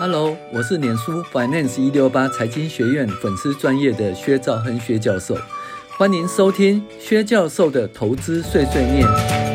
Hello， 我是脸书 Finance 168财经学院粉丝专业的薛兆亨薛教授，欢迎收听薛教授的投资碎碎念。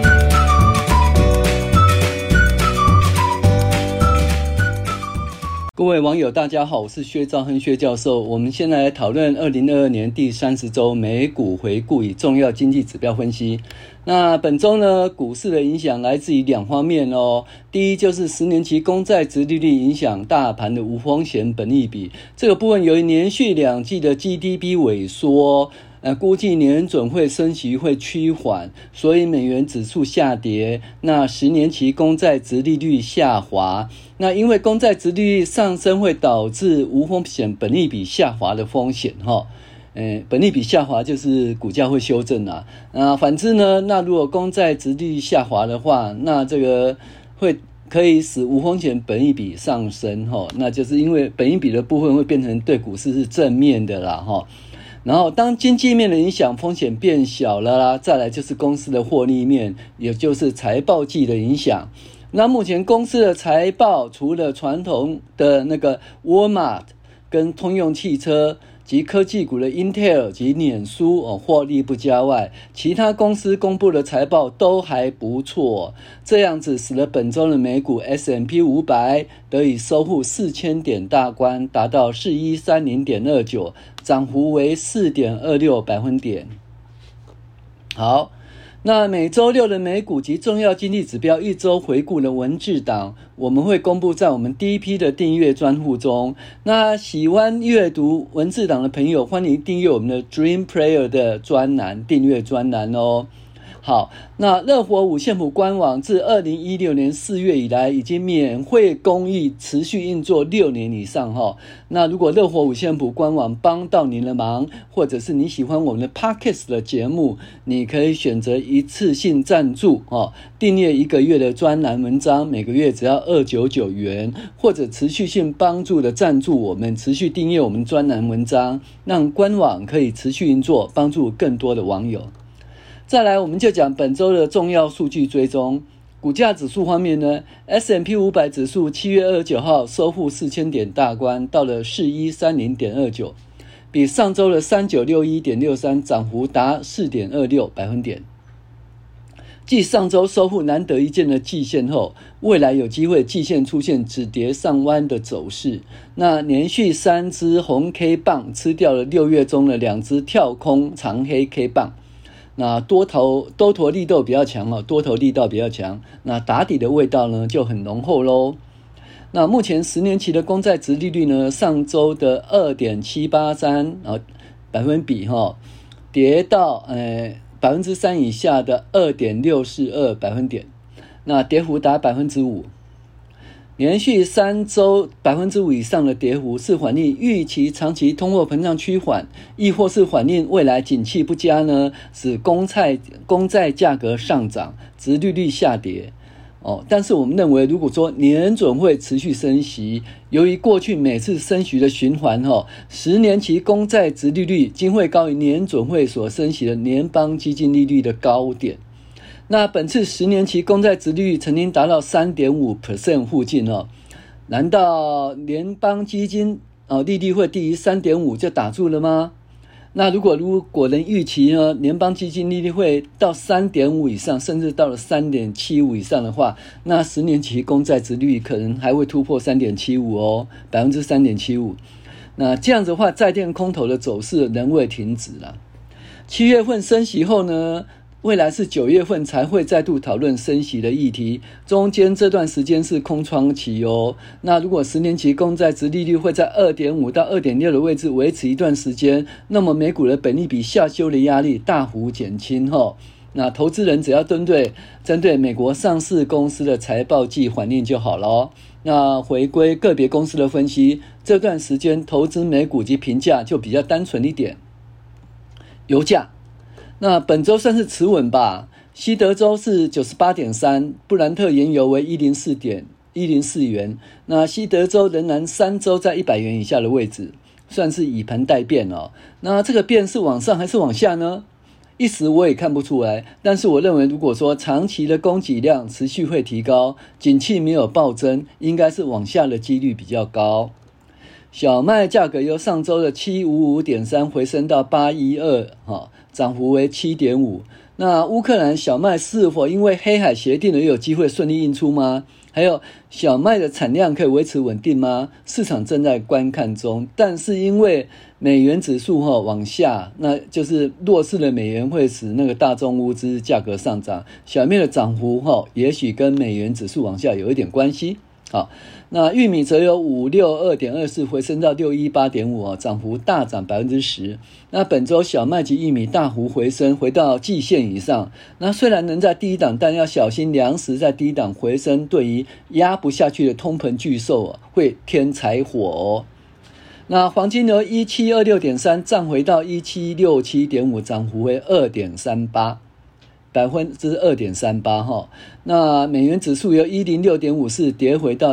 各位网友大家好，我是薛兆亨薛教授。我们先来讨论2022年第30周美股回顾与重要经济指标分析。那本周呢，股市的影响来自于两方面哦。第一就是10年期公债殖利率影响大盘的无风险本益比，这个部分由于连续2季的 GDP 萎缩，估计年准会升息会趋缓，所以美元指数下跌，那10年期公债殖利率下滑。那因为公债殖利率上升会导致无风险本益比下滑的风险本益比下滑就是股价会修正反之呢，那如果公债殖利率下滑的话，那这个可以使无风险本益比上升那就是因为本益比的部分会变成对股市是正面的啦然后当经济面的影响风险变小了啦，再来就是公司的获利面，也就是财报季的影响。那目前公司的财报除了传统的那个 Walmart 跟通用汽车及科技股的 Intel 及脸书获利不佳外，其他公司公布的财报都还不错，这样子使得本周的美股 S&P 500得以收复4000点大关，达到 4130.29， 涨幅为 4.26 百分点。好，那每周六的美股及重要经济指标一周回顾的文字档，我们会公布在我们第一批的订阅专户中。那喜欢阅读文字档的朋友，欢迎订阅我们的 Dream Player 的专栏，订阅专栏哦。好，那乐活五线谱官网自2016年4月以来已经免费公益持续运作6年以上那如果乐活五线谱官网帮到您的忙，或者是你喜欢我们的 Podcast 的节目，你可以选择一次性赞助订阅1个月的专栏文章，每个月只要299元，或者持续性帮助的赞助我们，持续订阅我们专栏文章，让官网可以持续运作，帮助更多的网友。再来，我们就讲本周的重要数据追踪。股价指数方面呢， S&P 500指数7月29号收复4000点大关，到了 4130.29， 比上周的 3961.63 涨幅达 4.26 百分点。继上周收复难得一见的季线后，未来有机会季线出现止跌上弯的走势。那连续3只红 K 棒吃掉了6月中的2只跳空长黑 K 棒。那多头力道比较强多头力道比较强，那打底的味道呢就很浓厚咯。那目前10年期的公债殖利率呢，上周的 2.783 百分比跌到3% 以下的 2.642 百分点，那跌幅达 5%。连续3周 5% 以上的跌幅，是反映预期长期通货膨胀趋缓，亦或是反映未来景气不佳呢，使公债价格上涨，殖利率下跌但是我们认为，如果说年准会持续升息，由于过去每次升息的循环10年期公债殖利率均会高于年准会所升息的联邦基金利率的高点。那本次10年期公债殖利率曾经达到 3.5% 附近难道联邦基金利率会低于 3.5 就打住了吗？那如果能预期呢，联邦基金利率会到 3.5 以上，甚至到了 3.75 以上的话，那10年期公债殖利率可能还会突破 3.75 3.75%。那这样子的话，债券空头的走势仍未停止了。7月份升息后呢，未来是9月份才会再度讨论升息的议题，中间这段时间是空窗期那如果10年期公债殖利率会在 2.5 到 2.6 的位置维持一段时间，那么美股的本益比下修的压力大幅减轻那投资人只要针对美国上市公司的财报季反应就好了那回归个别公司的分析，这段时间投资美股及评价就比较单纯一点。油价那本周算是持稳吧，西德州是 98.3， 布兰特原油为104元，那西德州仍然3周在100元以下的位置，算是以盘待变那这个变是往上还是往下呢？ 一时我也看不出来，但是我认为如果说长期的供给量持续会提高，景气没有暴增，应该是往下的几率比较高。小麦价格由上周的 755.3 回升到812，涨幅为 7.5。 那乌克兰小麦是否因为黑海协定而有机会顺利运出吗？还有小麦的产量可以维持稳定吗？市场正在观看中，但是因为美元指数往下，那就是弱势的美元会使那个大宗物资价格上涨，小麦的涨幅也许跟美元指数往下有一点关系。好，那玉米则由 562.24 回升到 618.5， 涨幅大涨 10%。 那本周小麦及玉米大幅回升，回到季线以上。那虽然能在低档，但要小心粮食在低档回升对于压不下去的通膨巨兽会添柴火。那黄金由 1726.3 涨回到 1767.5， 涨幅为 2.38%。2.38%。那美元指数由 106.54 跌回到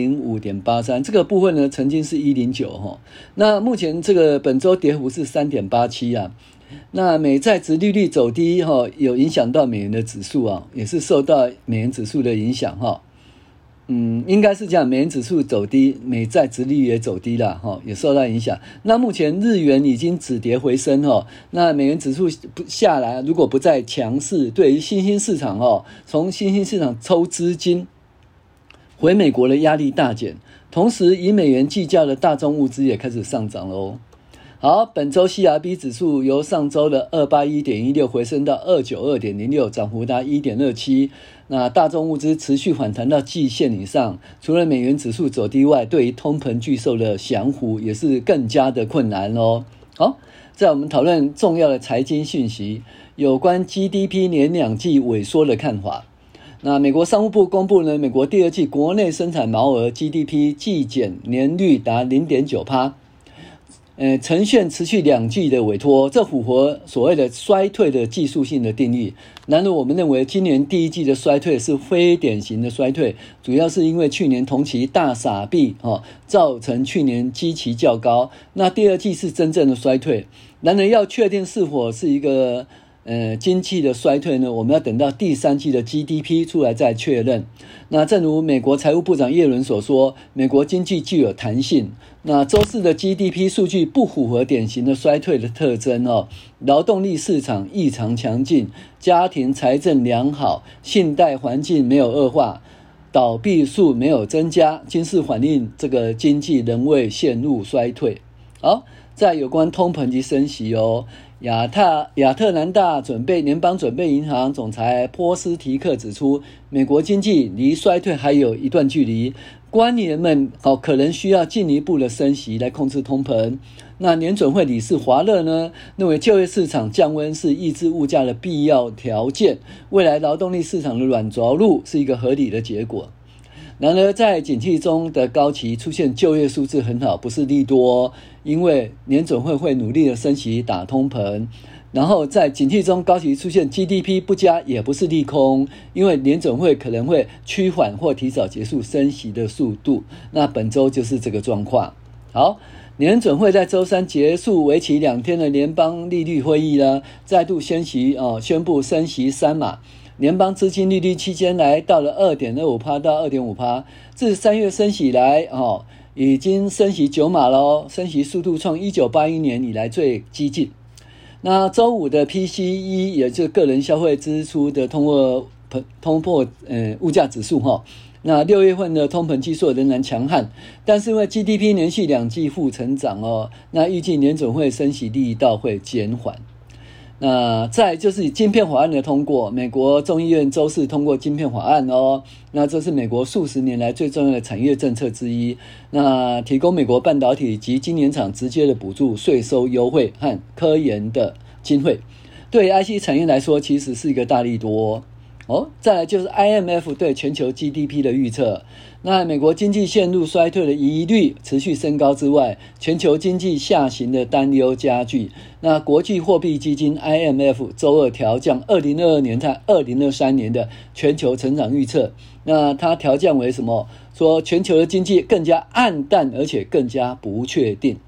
105.83， 这个部分呢曾经是109。那目前这个本周跌幅是 3.87 啊。那美债殖利率走低有影响到美元的指数也是受到美元指数的影响应该是这样，美元指数走低，美债殖利率也走低了也受到影响。那目前日元已经止跌回升那美元指数下来，如果不再强势，对于新兴市场从新兴市场抽资金回美国的压力大减，同时以美元计价的大宗物资也开始上涨了好，本周 CRB 指数由上周的 281.16 回升到 292.06， 涨幅达 1.27。 那大宗物资持续反弹到季线以上，除了美元指数走低外，对于通膨巨兽的降服也是更加的困难好，在我们讨论重要的财经讯息，有关 GDP 年2季萎缩的看法。那美国商务部公布呢，美国第二季国内生产毛额 GDP 季减年率达 0.9%。呈现持续2季的委托，这符合所谓的衰退的技术性的定义。然而我们认为今年第一季的衰退是非典型的衰退，主要是因为去年同期大撒币造成去年基期较高，那第二季是真正的衰退。然而要确定是否是一个经济的衰退呢，我们要等到第3季的 GDP 出来再确认。那正如美国财务部长耶伦所说，美国经济具有弹性。那周四的 GDP 数据不符合典型的衰退的特征劳动力市场异常强劲，家庭财政良好，信贷环境没有恶化，倒闭数没有增加，均是反映这个经济仍未陷入衰退。好，在有关通膨及升息亚特兰大联邦准备银行总裁波斯提克指出，美国经济离衰退还有一段距离，官员们可能需要进一步的升息来控制通膨。那联准会理事华勒呢，认为就业市场降温是抑制物价的必要条件，未来劳动力市场的软着陆是一个合理的结果。然而在景气中的高期出现就业数字很好，不是利多因为联准会会努力的升息打通膨。然后在景气中高期出现 GDP 不佳，也不是利空，因为联准会可能会趋缓或提早结束升息的速度。那本周就是这个状况。好，联准会在周三结束为期2天的联邦利率会议呢，再度宣布升息3码。联邦资金利率期间来到了 2.25% 到 2.5%， 自3月升息以来已经升息9码了升息速度创1981年以来最激进。那周五的 PCE 也就是个人消费支出的通货物价指数那6月份的通膨基数仍然强悍，但是因为 GDP 连续2季负成长那预计联准会升息力道会减缓。那再就是晶片法案的通过，美国众议院周四通过晶片法案那这是美国数十年来最重要的产业政策之一，那提供美国半导体及晶圆厂直接的补助、税收优惠和科研的经费，对 IC 产业来说其实是一个大利多再来就是 IMF 对全球 GDP 的预测，那美国经济陷入衰退的疑虑持续升高之外，全球经济下行的担忧加剧。那国际货币基金 IMF 周二调降2022年和2023年的全球成长预测，那它调降为什么？说全球的经济更加暗淡，而且更加不确定。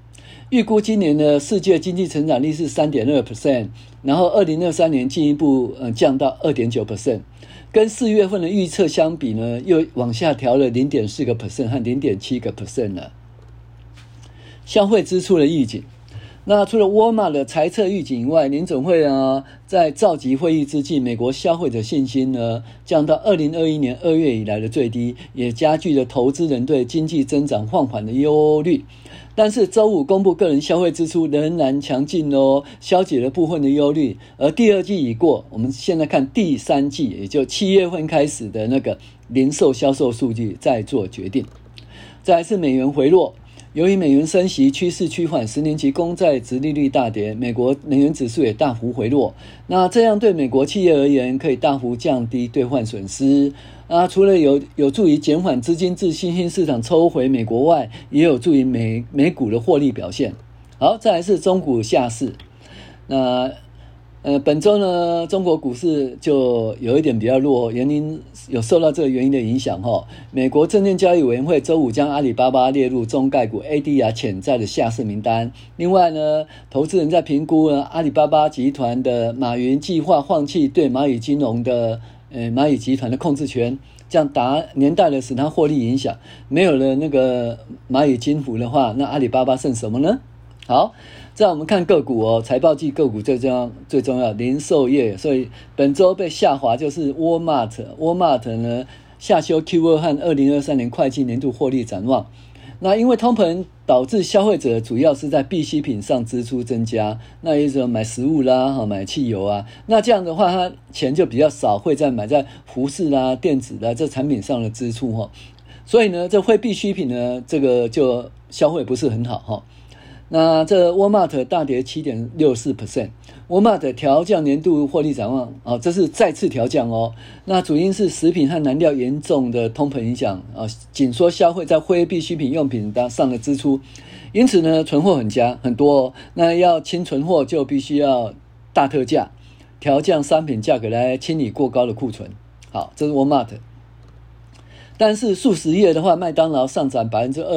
预估今年的世界经济成长率是 3.2%， 然后2023年进一步降到 2.9%， 跟4月份的预测相比呢，又往下调了 0.4% 和 0.7% 了。消费支出的预警，那除了沃尔玛的财测预警以外，联总会在召集会议之际，美国消费者信心呢降到2021年2月以来的最低，也加剧了投资人对经济增长放缓的忧虑。但是周五公布个人消费支出仍然强劲消解了部分的忧虑。而第二季已过，我们现在看第三季，也就7月份开始的那个零售销售数据再做决定。再来是美元回落，由于美元升息趋势趋缓，10年期公债殖利率大跌，美国能源指数也大幅回落。那这样对美国企业而言，可以大幅降低兑换损失。除了有助于减缓资金自新兴市场抽回美国外，也有助于美股的获利表现。好，再来是中股下市。那本周呢，中国股市就有一点比较弱，原因有受到这个原因的影响美国证券交易委员会周五将阿里巴巴列入中概股 ADR 潜在的下市名单。另外呢，投资人在评估阿里巴巴集团的马云计划放弃对蚂蚁金融的蚂蚁集团的控制权，这样年代的使它获利影响。没有了那个蚂蚁金服的话，那阿里巴巴剩什么呢？好，再我们看个股财报季个股最重要零售业，所以本周被下滑就是沃尔玛呢下修 Q2 和2023年会计年度获利展望。那因为通膨导致消费者主要是在必需品上支出增加，那也就是买食物啦，买汽油那这样的话他钱就比较少会在买在服饰啦、电子啦这产品上的支出所以呢这非必需品呢这个就消费不是很好那这沃尔玛大跌 7.64%， 沃尔玛调降年度获利展望这是再次调降那主因是食品和燃料严重的通膨影响紧缩消费在非必需品用品上的支出，因此呢存货很多那要清存货就必须要大特价调降商品价格来清理过高的库存。好，这是沃尔玛。但是素食业的话，麦当劳上涨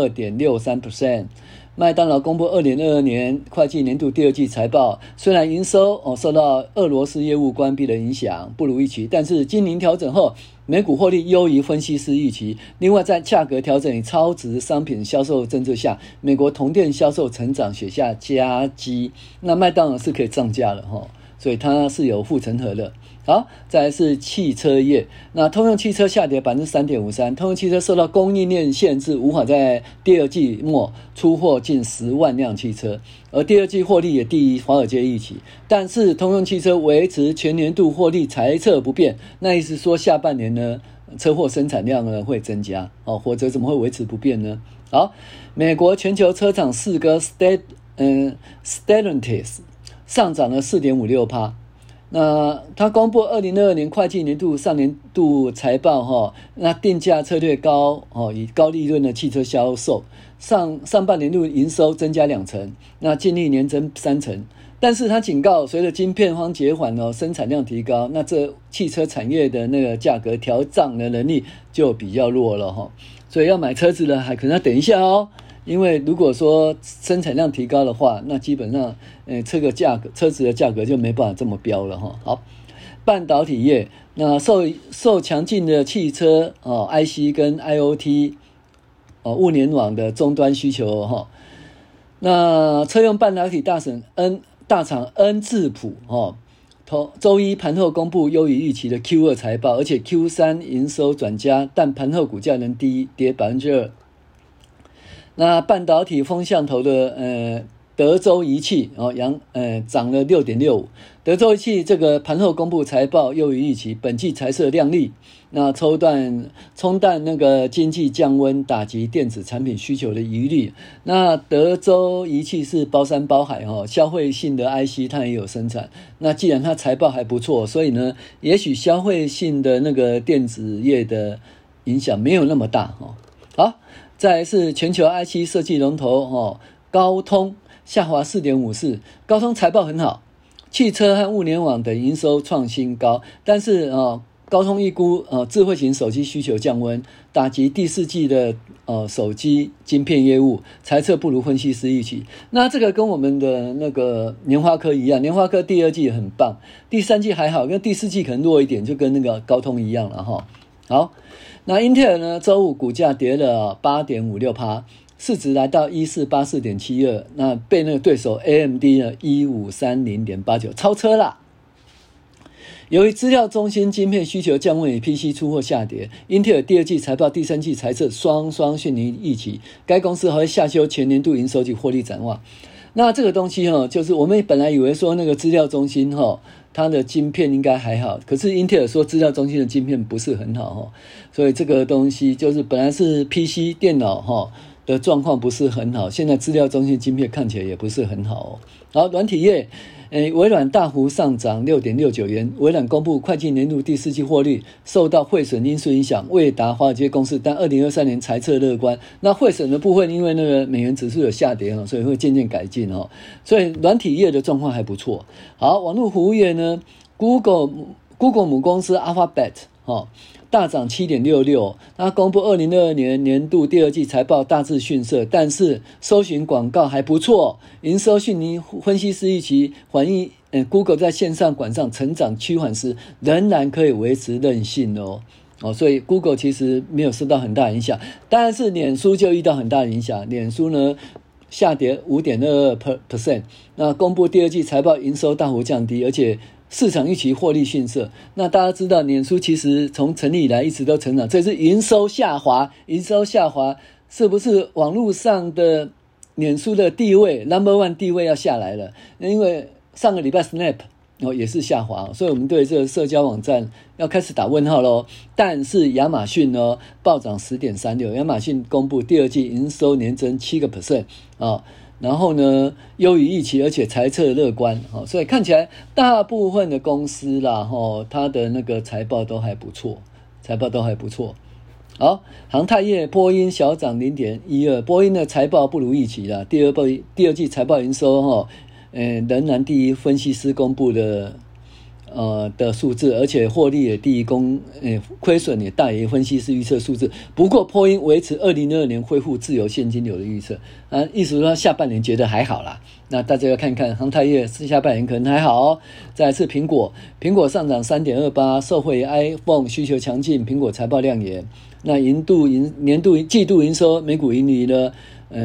2.63%。麦当劳公布2022年会计年度第二季财报，虽然营收受到俄罗斯业务关闭的影响不如预期，但是经营调整后每股获利优于分析师预期。另外在价格调整与超值商品销售政策下，美国同店销售成长写下佳绩。那麦当劳是可以涨价了所以它是有护城河的。好，再来是汽车业。那通用汽车下跌 3.53%， 通用汽车受到供应链限制，无法在第二季末出货近10万辆汽车，而第二季获利也低于华尔街预期。但是通用汽车维持全年度获利财测不变，那意思说下半年呢车货生产量呢会增加否则怎么会维持不变呢？好，美国全球车厂四哥 Stellantis 上涨了 4.56%。那他公布2022年会计年度上年度财报那定价策略高以高利润的汽车销售，上半年度营收增加2%，那净利年增3%。但是他警告，随着晶片荒减缓生产量提高，那这汽车产业的那个价格调涨的能力就比较弱了所以要买车子的还可能要等一下因为如果说生产量提高的话，那基本上车子的价格就没办法这么飙了好，半导体业，那受强劲的汽车IC 跟 IoT 物联网的终端需求那车用半导体大厂恩智浦周一盘后公布优于预期的 Q2 财报，而且 Q3 营收转佳，但盘后股价仍跌 2%。那半导体风向头的德州仪器涨了 6.65%。德州仪器这个盘后公布财报优于预期，本季财测亮丽，那冲淡那个经济降温打击电子产品需求的疑虑。那德州仪器是包山包海消费性的 IC 它也有生产。那既然它财报还不错，所以呢也许消费性的那个电子业的影响没有那么大好，再来是全球 IC 设计龙头高通下滑 4.54%。高通财报很好，汽车和物联网等营收创新高，但是高通预估智慧型手机需求降温，打击第四季的手机晶片业务，财测不如分析师预期。那这个跟我们的那个联发科一样，联发科第二季很棒，第三季还好，跟第四季可能弱一点，就跟那个高通一样了哈。好，那英特尔呢，周五股价跌了 8.56%， 市值来到 1484.72， 那被那个对手 AMD 呢 1530.89 超车啦。由于资料中心晶片需求降温与 PC 出货下跌，英特尔第二季财报、第三季财测双逊于预期，该公司还会下修全年度营收及获利展望。那这个东西就是我们本来以为说那个资料中心它的晶片应该还好，可是英特尔说资料中心的晶片不是很好所以这个东西就是本来是 PC 电脑的状况不是很好，现在资料中心晶片看起来也不是很好好，软体业微软大幅上涨 6.69 元，微软公布会计年度第四季获利受到汇损因素影响，未达华尔街共识，但2023年财测乐观。那汇损的部分因为那个美元指数有下跌所以会渐渐改进所以软体业的状况还不错。好，网络服务业呢， Google 母公司 Alphabet大涨 7.66%， 那公布2022年年度第二季财报大致逊色，但是搜寻广告还不错，营收逊于分析师预期，反映Google 在线上管上成长趋缓时仍然可以维持韧性所以 Google 其实没有受到很大影响，但是脸书就遇到很大的影响，脸书呢下跌 5.22%， 那公布第二季财报营收大幅降低，而且市场预期获利逊色。那大家知道脸书其实从成立以来一直都成长，这是营收下滑是不是网络上的脸书的地位 No.1 地位要下来了？因为上个礼拜 Snap也是下滑，所以我们对这个社交网站要开始打问号咯。但是亚马逊暴涨 10.36%， 亚马逊公布第二季营收年增 7% 然后呢优于预期，而且财测乐观所以看起来大部分的公司啦它的那个财报都还不错。好，航太业波音小涨 0.12%， 波音的财报不如预期啦，第二季财报营收仍然低于分析师公布的数字，而且获利也低于亏损也大于分析师预测数字。不过波音维持2022年恢复自由现金流的预测意思说下半年觉得还好啦。那大家要看看航太业下半年可能还好再来是苹果上涨 3.28%， 受惠于 iPhone 需求强劲，苹果财报亮眼。那季度营收每股盈利呢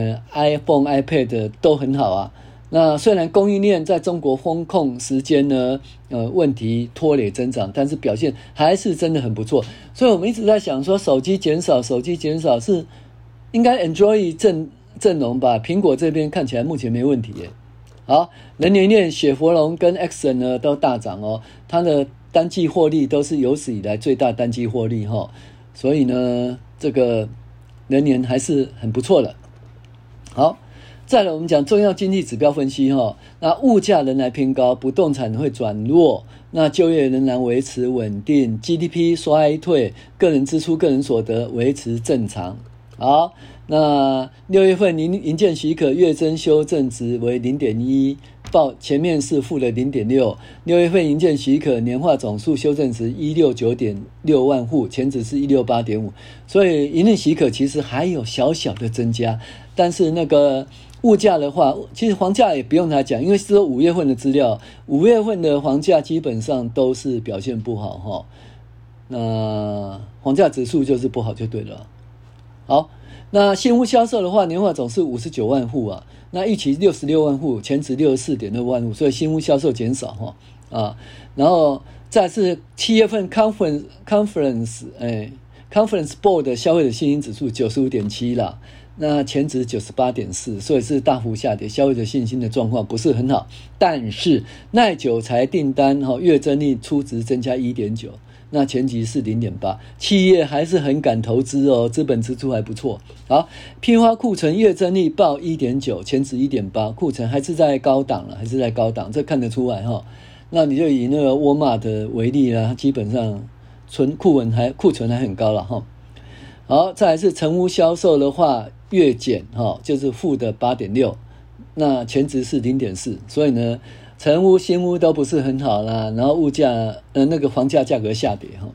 iPhone iPad 都很好那虽然供应链在中国封控时间呢问题拖累增长，但是表现还是真的很不错。所以我们一直在想说手机减少是应该 Android 阵容吧，苹果这边看起来目前没问题耶。好，能源链雪佛龙跟 Exxon 呢都大涨它的单季获利都是有史以来最大单季获利所以呢这个能源还是很不错的。好，再来我们讲重要经济指标分析那物价仍然偏高，不动产会转弱，那就业仍然维持稳定， GDP 衰退，个人支出个人所得维持正常。好，那6月份营建许可月增修正值为 0.1， 前面是负的 0.6， 6月份营建许可年化总数修正值 169.6 万户，前值是 168.5， 所以营建许可其实还有小小的增加。但是那个物价的话，其实房价也不用他讲，因为是5月份的资料，5月份的房价基本上都是表现不好那房价指数就是不好就对了。好，那新屋销售的话，年化总是59万户那预期66万户，前值 64.2 万户，所以新屋销售减少然后再是7月份 Conference Board 的消费者信心指数 95.7 啦，那前值 98.4， 所以是大幅下跌，消费者信心的状况不是很好。但是耐久材订单月增率初值增加 1.9，那前级是 0.8， 企业还是很敢投资资本支出还不错。好，批发库存月增率报 1.9， 前值 1.8， 库存还是在高档这看得出来那你就以那个沃尔玛的为例啦，基本上库存还很高了好，再来是成屋销售的话月减就是负的 8.6， 那前值是 0.4， 所以呢成屋新屋都不是很好啦，然后物价那个房价价格下跌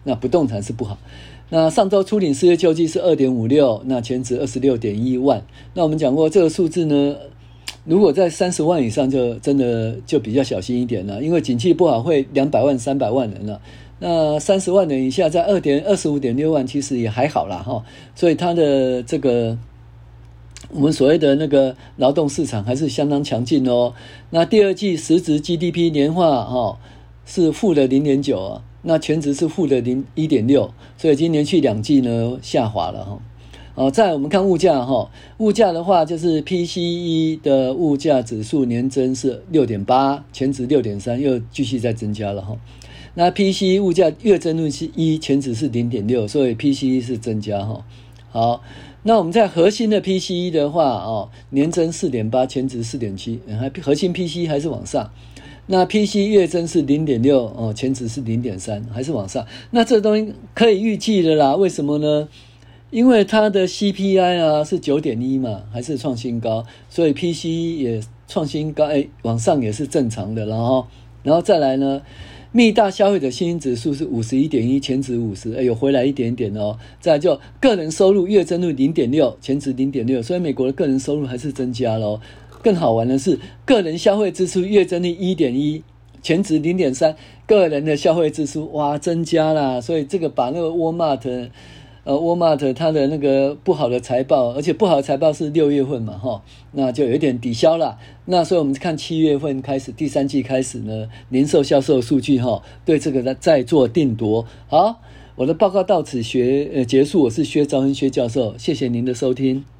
那不动产是不好。那上周初领失业救济是 2.56， 那前值 26.1 万。那我们讲过这个数字呢，如果在30万以上就真的就比较小心一点了，因为景气不好会200万300万人了。那30万人以下在 25.6 万其实也还好啦齁，所以它的这个我们所谓的那个劳动市场还是相当强劲哦。那第二季实质 GDP 年化是负的 0.9 啊，那全值是负的 1.6， 所以已经连续2季呢下滑了再来我们看物价物价的话就是 PCE 的物价指数年增是 6.8， 前值 6.3， 又继续在增加了那 PCE 物价月增率是1，前值是 0.6， 所以 PCE 是增加好，那我们在核心的 PCE 的话年增 4.8， 前值 4.7， 核心 PCE 还是往上。那 PCE 月增是 0.6， 前值是 0.3， 还是往上。那这东西可以预计的啦，为什么呢？因为它的 CPI 是 9.1 嘛，还是创新高，所以 PCE 也创新高，往上也是正常的。然后再来呢，密大消费者信心指数是 51.1， 前值 50， 有回来一点点再来就个人收入月增率 0.6， 前值 0.6， 所以美国的个人收入还是增加咯。更好玩的是个人消费支出月增率 1.1， 前值 0.3， 个人的消费支出哇增加啦，所以这个把那个Walmart 它的那个不好的财报，而且不好的财报是6月份嘛那就有点抵消啦。那所以我们看7月份开始第3季开始呢，零售销售数据对这个再做定夺。好，我的报告到此结束，我是薛兆亨薛教授，谢谢您的收听。